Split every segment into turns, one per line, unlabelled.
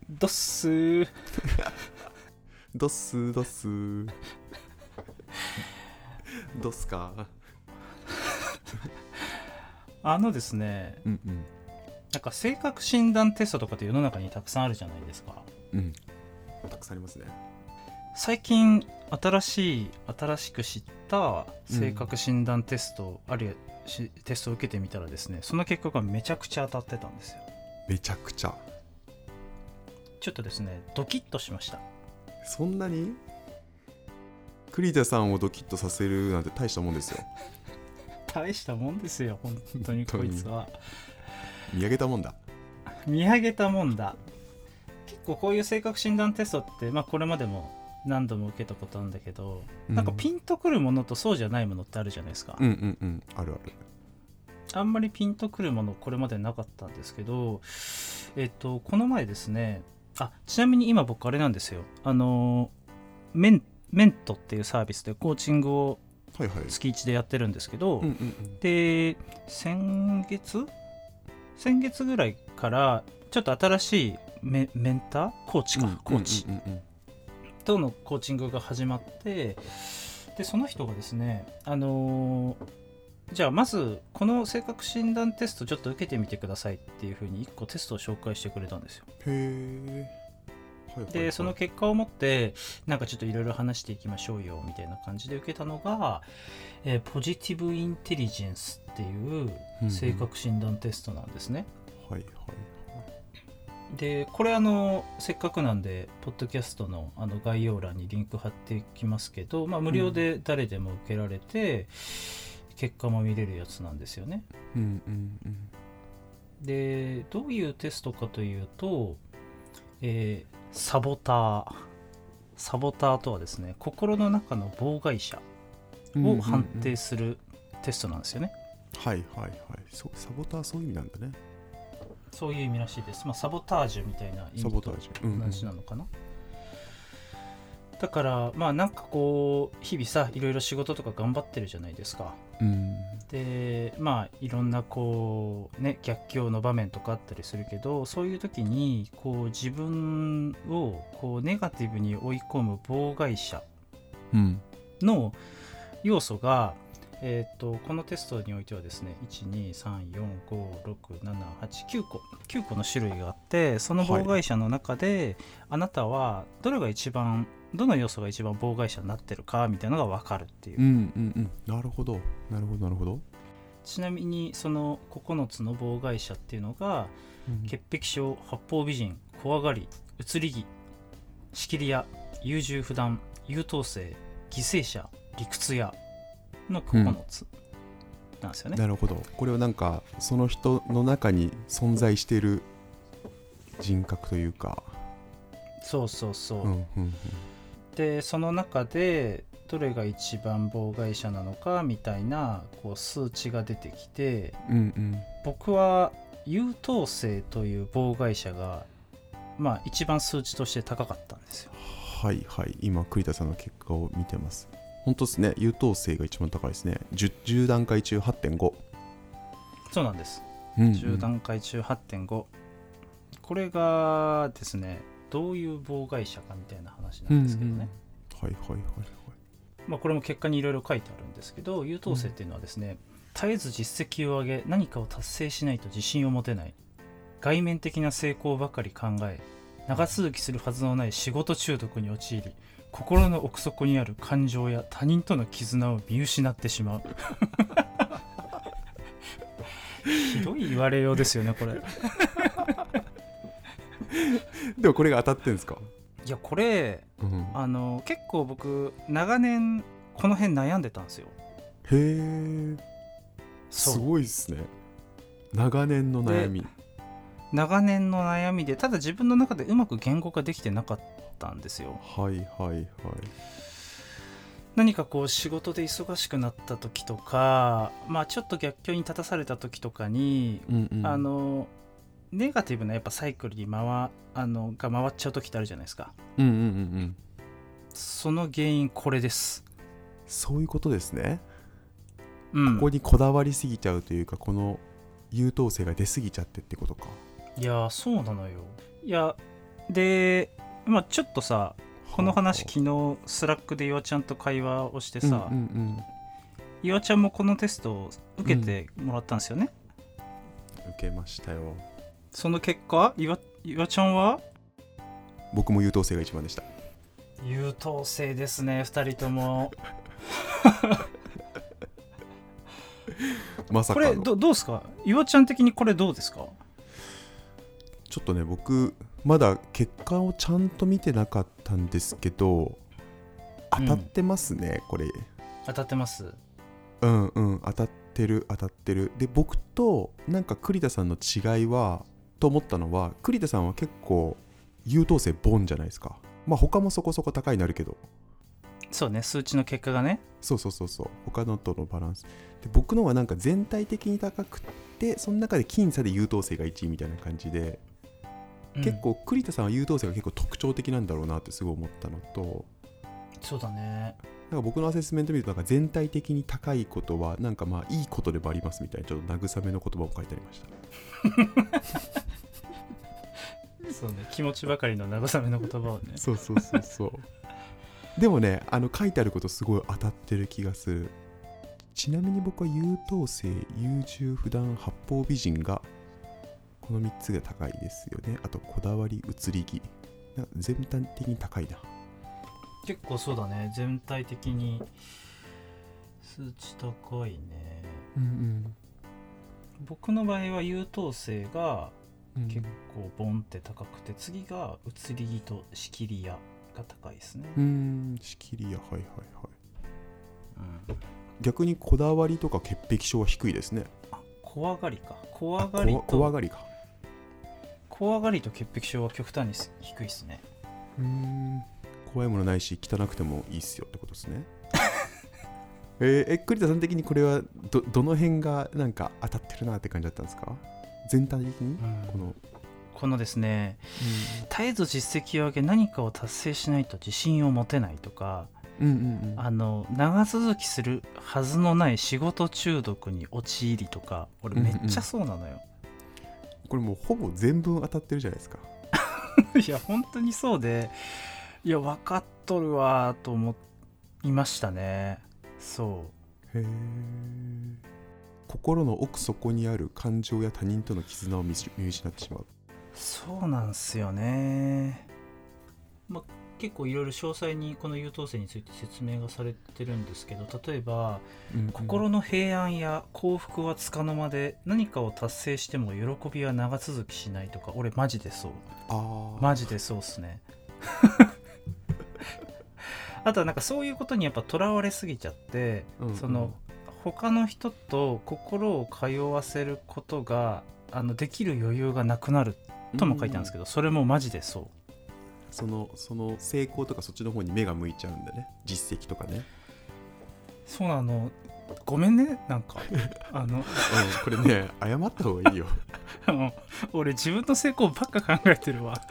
ドッスー
ドスドスドスか。
ですね、
うんうん
なんか性格診断テストとかって世の中にたくさんあるじゃないですか。
うん。たくさんありますね。
最近新しく知った性格診断テスト、テストを受けてみたらですね、その結果がめちゃくちゃ当たってたんですよ。
めちゃくちゃ。
ちょっとですね、ドキッとしました。
そんなに栗田さんをドキッとさせるなんて大したもんですよ。
大したもんですよ、本当にこいつは。
見上げたもんだ。
見上げたもんだ。結構こういう性格診断テストって、これまでも何度も受けたことあるんだけど、なんかピンとくるものとそうじゃないものってあるじゃないですか。
うんうんうん、あるある。
あんまりピンとくるものこれまでなかったんですけど、この前ですね、ちなみに今僕あれなんですよ、メントっていうサービスでコーチングを
はいはい。
月1でやってるんですけど、
うんうんうん。
で先月ぐらいからちょっと新しいメンターコーチか、コーチとのコーチングが始まって、でその人がですね、じゃあまずこの性格診断テストちょっと受けてみてくださいっていう風に1個テストを紹介してくれたんですよ。
へえ。はいはいはい、
でその結果をもってなんかちょっといろいろ話していきましょうよみたいな感じで受けたのが、ポジティブインテリジェンスっていう性格診断テストなんですね。
はいはい。
でこれせっかくなんでポッドキャストの概要欄にリンク貼っていきますけど、無料で誰でも受けられて、結果も見れるやつなんですよね。
うんうんうん。
でどういうテストかというと、サボターとはですね、心の中の妨害者を判定するテストなんですよね。
はいはいはい。サボター、そういう意味なんだね。
そういう意味らしいです。サボタージュみたいな意味と同じなのかな。だからなんかこう日々さ、いろいろ仕事とか頑張ってるじゃないですか。でいろんなこうね、逆境の場面とかあったりするけど、そういう時にこう自分をこうネガティブに追い込む妨害者の要素が、このテストにおいてはですね、123456789個の種類があって、その妨害者の中で、あなたはどの要素が一番妨害者になってるかみたいなのが分かるっていう。
なるほどなるほどなるほど。
ちなみにその9つの妨害者っていうのが、潔癖症、八方美人、怖がり、移り気、仕切り屋、優柔不断、優等生、犠牲者、理屈屋の9つなんですよね。
なるほど。これはなんかその人の中に存在している人格というか。
そう、でその中でどれが一番妨害者なのかみたいなこう数値が出てきて、僕は優等生という妨害者が一番数値として高かったんですよ。
はいはい、今栗田さんの結果を見てます。本当ですね、優等生が一番高いですね。 10段階中 8.5。
そうなんです、10段階中 8.5。 これがですね、どういう妨害者かみたいな話なんですけどね。
はいはいはいはい。
これも結果にいろいろ書いてあるんですけど、優等生っていうのはですね、絶えず実績を上げ何かを達成しないと自信を持てない、外面的な成功ばかり考え、長続きするはずのない仕事中毒に陥り、心の奥底にある感情や他人との絆を見失ってしまうひどい言われようですよねこれ
でもこれが当たってんですか？
いやこれ、結構僕長年この辺悩んでたんですよ。
へえ、すごいですね。長年の悩み
で、ただ自分の中でうまく言語化できてなかったんですよ。
はいはいはい。
何かこう仕事で忙しくなった時とか、ちょっと逆境に立たされた時とかに、ネガティブなやっぱサイクルにが回っちゃう時ってあるじゃないですか。その原因これです。
そういうことですね。ここにこだわりすぎちゃうというか、この優等生が出すぎちゃってってことか。
いやそうなのよ。いやでまあちょっとさこの話昨日スラックで岩ちゃんと会話をしてさ、岩ちゃんもこのテストを受けてもらったんですよね、
受けましたよ。
その結果岩ちゃんは？
僕も優等生が一番でした。
優等生ですね2人とも
まさかの。
これどうですか岩ちゃん的にこれどうですか？
ちょっとね僕まだ結果をちゃんと見てなかったんですけど当たってますね、これ。
当たってます。
当たってるで、僕となんか栗田さんの違いはと思ったのは、栗田さんは結構優等生ボンじゃないですか。まあ他もそこそこ高いになるけど、
そうね、数値の結果がね。
そう他のとのバランスで、僕のはなんか全体的に高くて、その中で僅差で優等生が1位みたいな感じで、結構栗田さんは優等生が結構特徴的なんだろうなってすごい思ったのと、
そうだね。
なんか僕のアセスメント見ると、なんか全体的に高いことはなんかまあいいことでもありますみたいな、ちょっと慰めの言葉も書いてありました。
そうね、気持ちばかりの慰めの言葉をね。
そうでもね、書いてあることすごい当たってる気がする。ちなみに僕は優等生、優柔不断、八方美人がこの3つが高いですよね。あとこだわり、移り気、全体的に高いな。
結構そうだね、全体的に数値高いね。僕の場合は優等生が結構ボンって高くて、次が移り気と仕切り屋が高いですね。
仕切り屋、はい、逆にこだわりとか潔癖症は低いですね。
怖がりか。
怖
がりと潔癖症は極端に低いですね。
怖いものないし汚くてもいいっすよってことですね。栗田さん的にこれは どの辺がなんか当たってるなって感じだったんですか？全体的に、
このですね、絶えず実績を上げ何かを達成しないと自信を持てないとか、長続きするはずのない仕事中毒に陥りとか、俺めっちゃそうなのよ。
これもうほぼ全文当たってるじゃないですか。
いや本当にそうで、いや分かっとるわと思いましたね。そう
心の奥底にある感情や他人との絆を見失ってしまう。
そうなんすよね。結構いろいろ詳細にこの優等生について説明がされてるんですけど、例えば、心の平安や幸福は束の間で何かを達成しても喜びは長続きしないとか、俺マジでそう。マジでそうっすね。あとはなんかそういうことにやっぱとらわれすぎちゃって、その他の人と心を通わせることができる余裕がなくなるとも書いてあるんですけど、それもマジでそう。
その成功とかそっちの方に目が向いちゃうんだね、実績とかね。
そうなの、ごめんね、なんか
これね謝った方がいいよ。
俺自分の成功ばっか考えてるわ。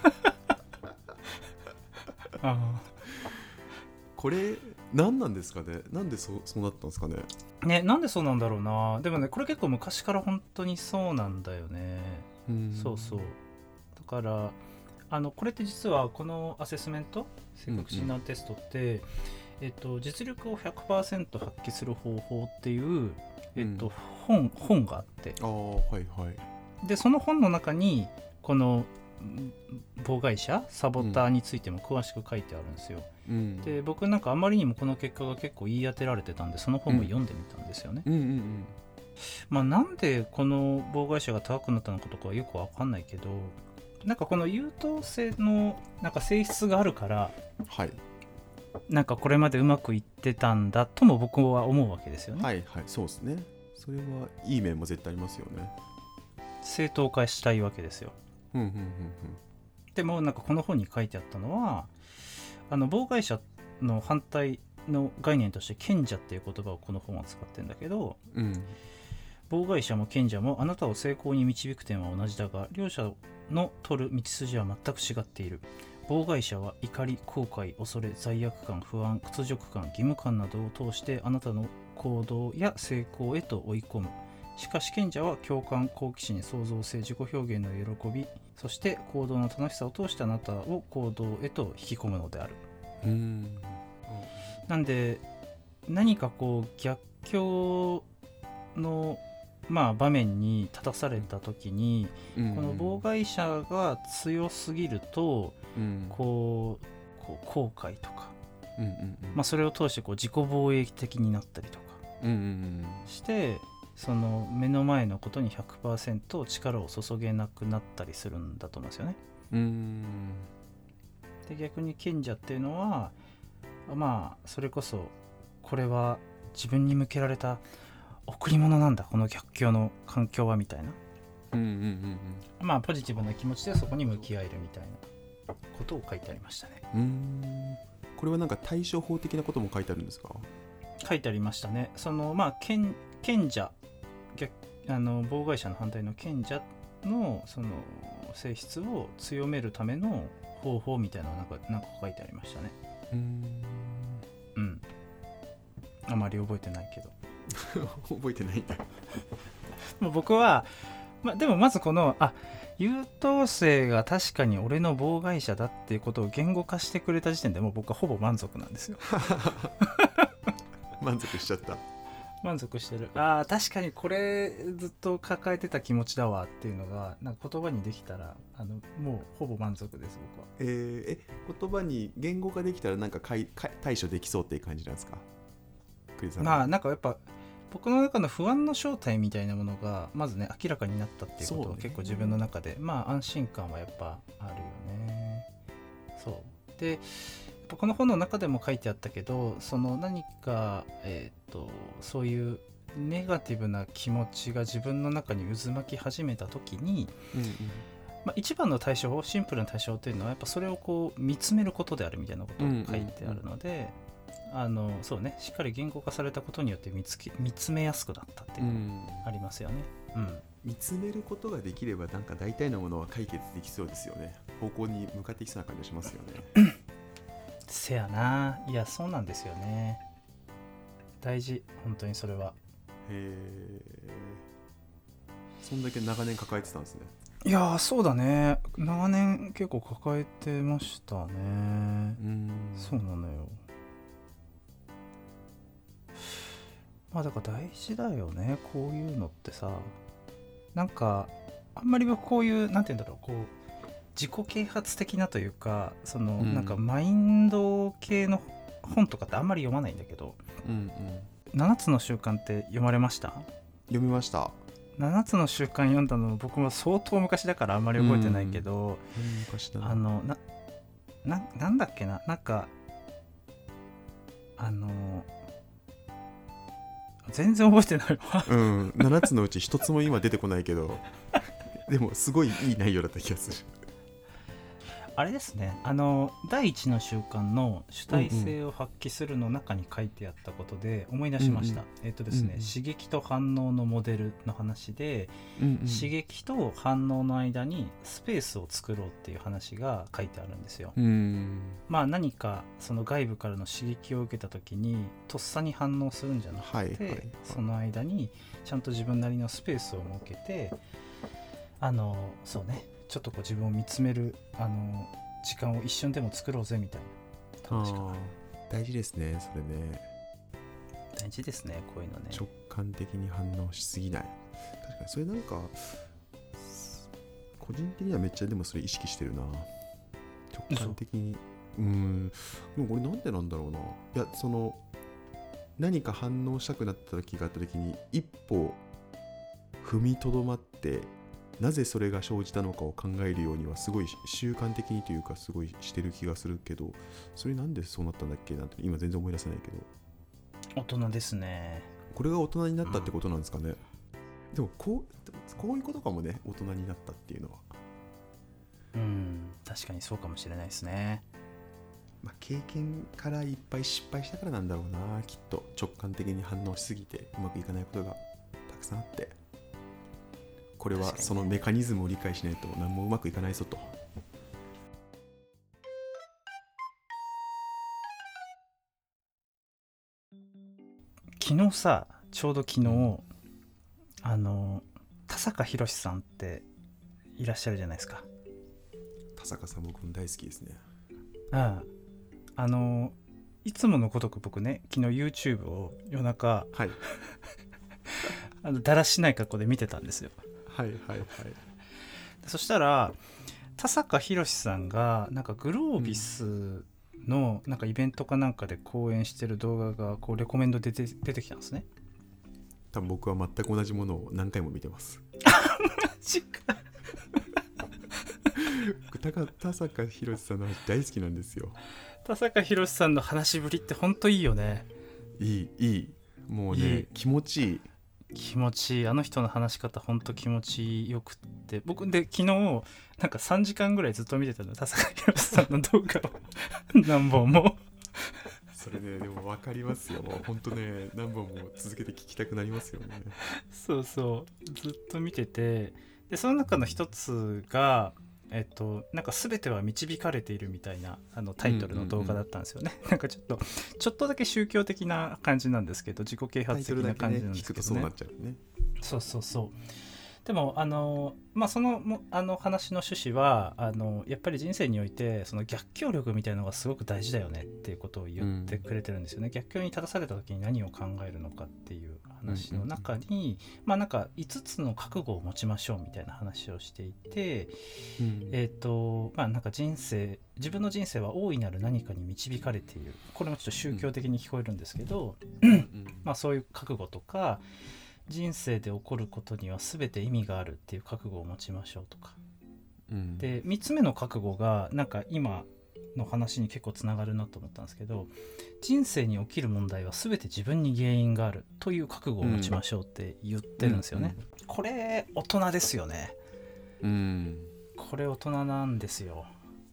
これ何なんですかね。なんでそうなったんですかね。
なんでそうなんだろうな。でもね、これ結構昔から本当にそうなんだよね。そうだからこれって実はこのアセスメント、性格診断テストって、実力を 100% 発揮する方法っていう、本があって、でその本の中にこの妨害者サボターについても詳しく書いてあるんですよ。で僕なんかあまりにもこの結果が結構言い当てられてたんで、その本も読んでみたんですよね。なんでこの妨害者が高くなったのかとかはよくわかんないけど、なんかこの優等生のなんか性質があるから、なんかこれまでうまくいってたんだとも僕は思うわけですよね。
そうですね。それはいい面も絶対ありますよね。
正当化したいわけですよ。でもなんかこの本に書いてあったのは、妨害者の反対の概念として賢者っていう言葉をこの本は使ってるんだけど、妨害者も賢者もあなたを成功に導く点は同じだが、両者の取る道筋は全く違っている。妨害者は怒り、後悔、恐れ、罪悪感、不安、屈辱感、義務感などを通してあなたの行動や成功へと追い込む。 しかし賢者は共感、好奇心、創造性、自己表現の喜び、そして行動の楽しさを通してあなたを行動へと引き込むのである。なんで何かこう逆境の場面に立たされた時に、この妨害者が強すぎると、こう後悔とか、それを通してこう自己防衛的になったりとかして、その目の前のことに 100% 力を注げなくなったりするんだと思うんですよね。で逆に賢者っていうのはそれこそこれは自分に向けられた贈り物なんだ、この逆境の環境はみたいな、ポジティブな気持ちでそこに向き合えるみたいなことを書いてありましたね。
これはなんか対処法的なことも書いてあるんですか？
書いてありましたね。その賢者、妨害者の反対の賢者のその性質を強めるための方法みたいなのがなんか書いてありましたね。あまり覚えてないけど
覚えてないんだ
僕は、でもまずこの優等生が確かに俺の妨害者だっていうことを言語化してくれた時点でもう僕はほぼ満足なんですよ
満足しちゃった。
満足してる。確かにこれずっと抱えてた気持ちだわっていうのがなんか言葉にできたらもうほぼ満足です僕は。
言葉に言語化できたらなんか対処できそうっていう感じなんですか？クリさん。
なんかやっぱ僕の中の不安の正体みたいなものがまずね明らかになったっていうことは結構自分の中で安心感はやっぱあるよね。そうでこの本の中でも書いてあったけど、その何か、そういうネガティブな気持ちが自分の中に渦巻き始めた時に、一番の対処法、シンプルな対処法というのはやっぱそれをこう見つめることであるみたいなことを書いてあるので、そうね、しっかり言語化されたことによって見つめやすくなったっていうのがありますよね。
見つめることができればなんか大体のものは解決できそうですよね。方向に向かってきそうな感じがしますよね
せやな。いやそうなんですよね。大事、本当にそれは。
そんだけ長年抱えてたんですね。
いやそうだね、長年結構抱えてましたね。そうなのよ。だから大事だよね、こういうのってさ。なんかあんまり僕こういうなんて言うんだろう、こう自己啓発的なというか、そのなんかマインド系の本とかってあんまり読まないんだけど、7つの習慣って読まれました？
読みました。
7つの習慣読んだの僕も相当昔だからあんまり覚えてないけど、
昔だな。
なんだっけな、なんか全然覚えてないわ
7つのうち1つも今出てこないけどでもすごいいい内容だった気がする。
あれですね、第一の習慣の主体性を発揮するの中に書いてあったことで思い出しました。ですね、刺激と反応のモデルの話で、刺激と反応の間にスペースを作ろうっていう話が書いてあるんですよ。何かその外部からの刺激を受けた時にとっさに反応するんじゃなくて、その間にちゃんと自分なりのスペースを設けて、そうね、ちょっとこう自分を見つめる時間を一瞬でも作ろうぜみたいな話かな。
大事ですね、それね。
大事ですね、こういうのね。
直感的に反応しすぎない。確かにそれなんか個人的にはめっちゃでもそれ意識してるな。直感的に。でもこれなんでなんだろうな。いや、その何か反応したくなった時があった時に一歩踏みとどまってなぜそれが生じたのかを考えるようにはすごい習慣的にというかすごいしてる気がするけど、それなんでそうなったんだっけなんて今全然思い出せないけど。
大人ですね。
これが大人になったってことなんですかね。でもこういうことかもね、大人になったっていうのは。
確かにそうかもしれないですね。
経験からいっぱい失敗したからなんだろうな、きっと。直感的に反応しすぎてうまくいかないことがたくさんあって、これはそのメカニズムを理解しないと何もうまくいかないぞと。
昨日さ、ちょうど昨日、 田坂宏さんっていらっしゃるじゃないですか。
田坂さん僕も大好きですね。
いつものごとく僕ね、昨日 YouTube を夜中、
はい
だらしない格好で見てたんですよ。
はいはいはい。
そしたら田坂宏さんがなんかグロービスのなんかイベントかなんかで講演してる動画がこうレコメンドで出てきたんですね。
多分僕は全く同じものを何回も見てます。
マジか。
田坂宏さんの話大好きなんですよ。
田坂宏さんの話ぶりってほんといいよね。
いいもうね、気持ちいい。
気持ちいい。あの人の話し方ほんと気持ちよくって、僕で昨日なんか3時間ぐらいずっと見てたの、田坂宏さんの動画を何本も。
それね、でも分かりますよ。ほんとね、何本も続けて聞きたくなりますよね。
そうそう、ずっと見てて、でその中の一つがなんか全ては導かれているみたいなタイトルの動画だったんですよね。なんかちょっとだけ宗教的な感じなんですけど、自己啓発的な感じなんですけどね。
そうなっちゃうね。
そうそうそう。でもその話の趣旨はやっぱり人生においてその逆境力みたいなのがすごく大事だよねっていうことを言ってくれてるんですよね。逆境に立たされた時に何を考えるのかっていう話の中に、なんか5つの覚悟を持ちましょうみたいな話をしていて、なんか自分の人生は大いなる何かに導かれている。これもちょっと宗教的に聞こえるんですけど、そういう覚悟とか、人生で起こることには全て意味があるっていう覚悟を持ちましょうとか、で3つ目の覚悟がなんか今の話に結構つながるなと思ったんですけど、人生に起きる問題は全て自分に原因があるという覚悟を持ちましょうって言ってるんですよね。これ大人ですよね。これ大人なんですよ。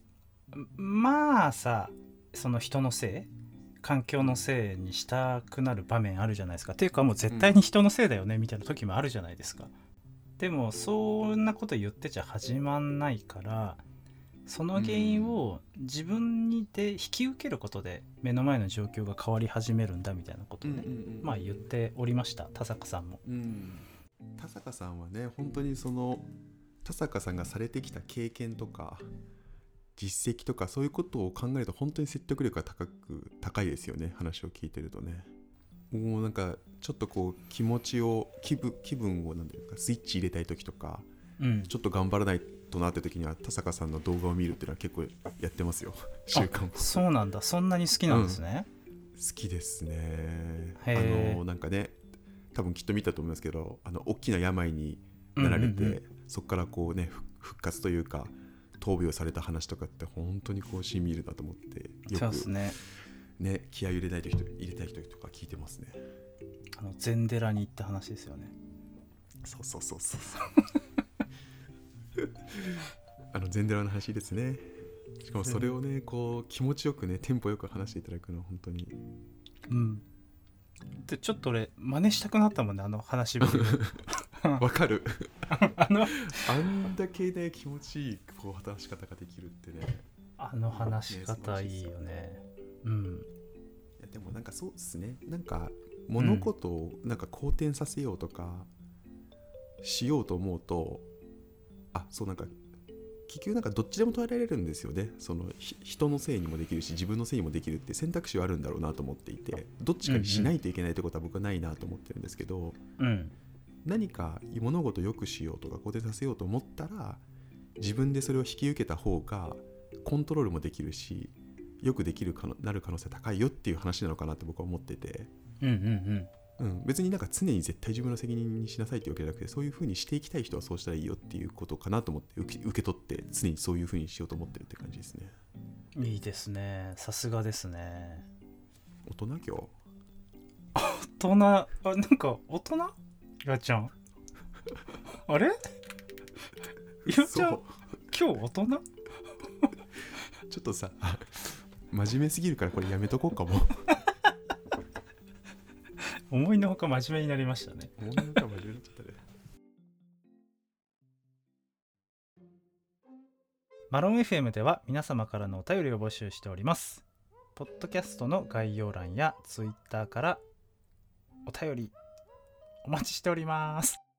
その人のせい、環境のせいにしたくなる場面あるじゃないですか。っていうかもう絶対に人のせいだよねみたいな時もあるじゃないですか。でもそんなこと言ってちゃ始まんないから、その原因を自分にで引き受けることで目の前の状況が変わり始めるんだみたいなことをね、言っておりました、田坂さんも。
田坂さんはね、本当にその田坂さんがされてきた経験とか実績とかそういうことを考えると本当に説得力が高いですよね。話を聞いてるとね、もうなんかちょっとこう気分をなんていうかスイッチ入れたい時とか、ちょっと頑張らないとなって時には田坂さんの動画を見るっていうのは結構やってますよ。習慣。
そうなんだ。そんなに好きなんですね。
好きですね。なんかね、多分きっと見たと思いますけど、大きな病になられて、そこからこうね復活というか闘病された話とかって本当にこうしみるなと思って、よく
そうですね。
気合い入れたい時とか聞いてますね。
禅寺に行った話ですよね。
そう禅寺の話ですね。しかもそれをねこう気持ちよくねテンポよく話していただくのは本当に
でちょっと俺真似したくなったもんね、話ぶり。
わかる。あんだけね気持ちいいこう話し方ができるってね、
話し方いいよね。
いやでもなんかそうですね、なんか物事をなんか好転させようとかしようと思うと、そうなんか結局なんかどっちでも捉えられるんですよね。その人のせいにもできるし自分のせいにもできるって選択肢はあるんだろうなと思っていて、どっちかにしないといけないってことは僕はないなと思ってるんですけど、何か物事を良くしようとか好転させようと思ったら自分でそれを引き受けた方がコントロールもできるしよくできるなる可能性高いよっていう話なのかなって僕は思ってて、別になんか常に絶対自分の責任にしなさいってわけじゃなくて、そういう風にしていきたい人はそうしたらいいよっていうことかなと思って受け取って常にそういう風にしようと思ってるって感じですね。
いいですね。さすがですね。
大人今日
大人、なんか大人やちゃんあれやちゃん今日大人
ちょっとさ真面目すぎるからこれやめとこうかも。
思いのほか真面目になりましたね。
思いのほか真面目になっちゃったね。
マロン FM では皆様からのお便りを募集しております。ポッドキャストの概要欄やツイッターからお便りお待ちしております。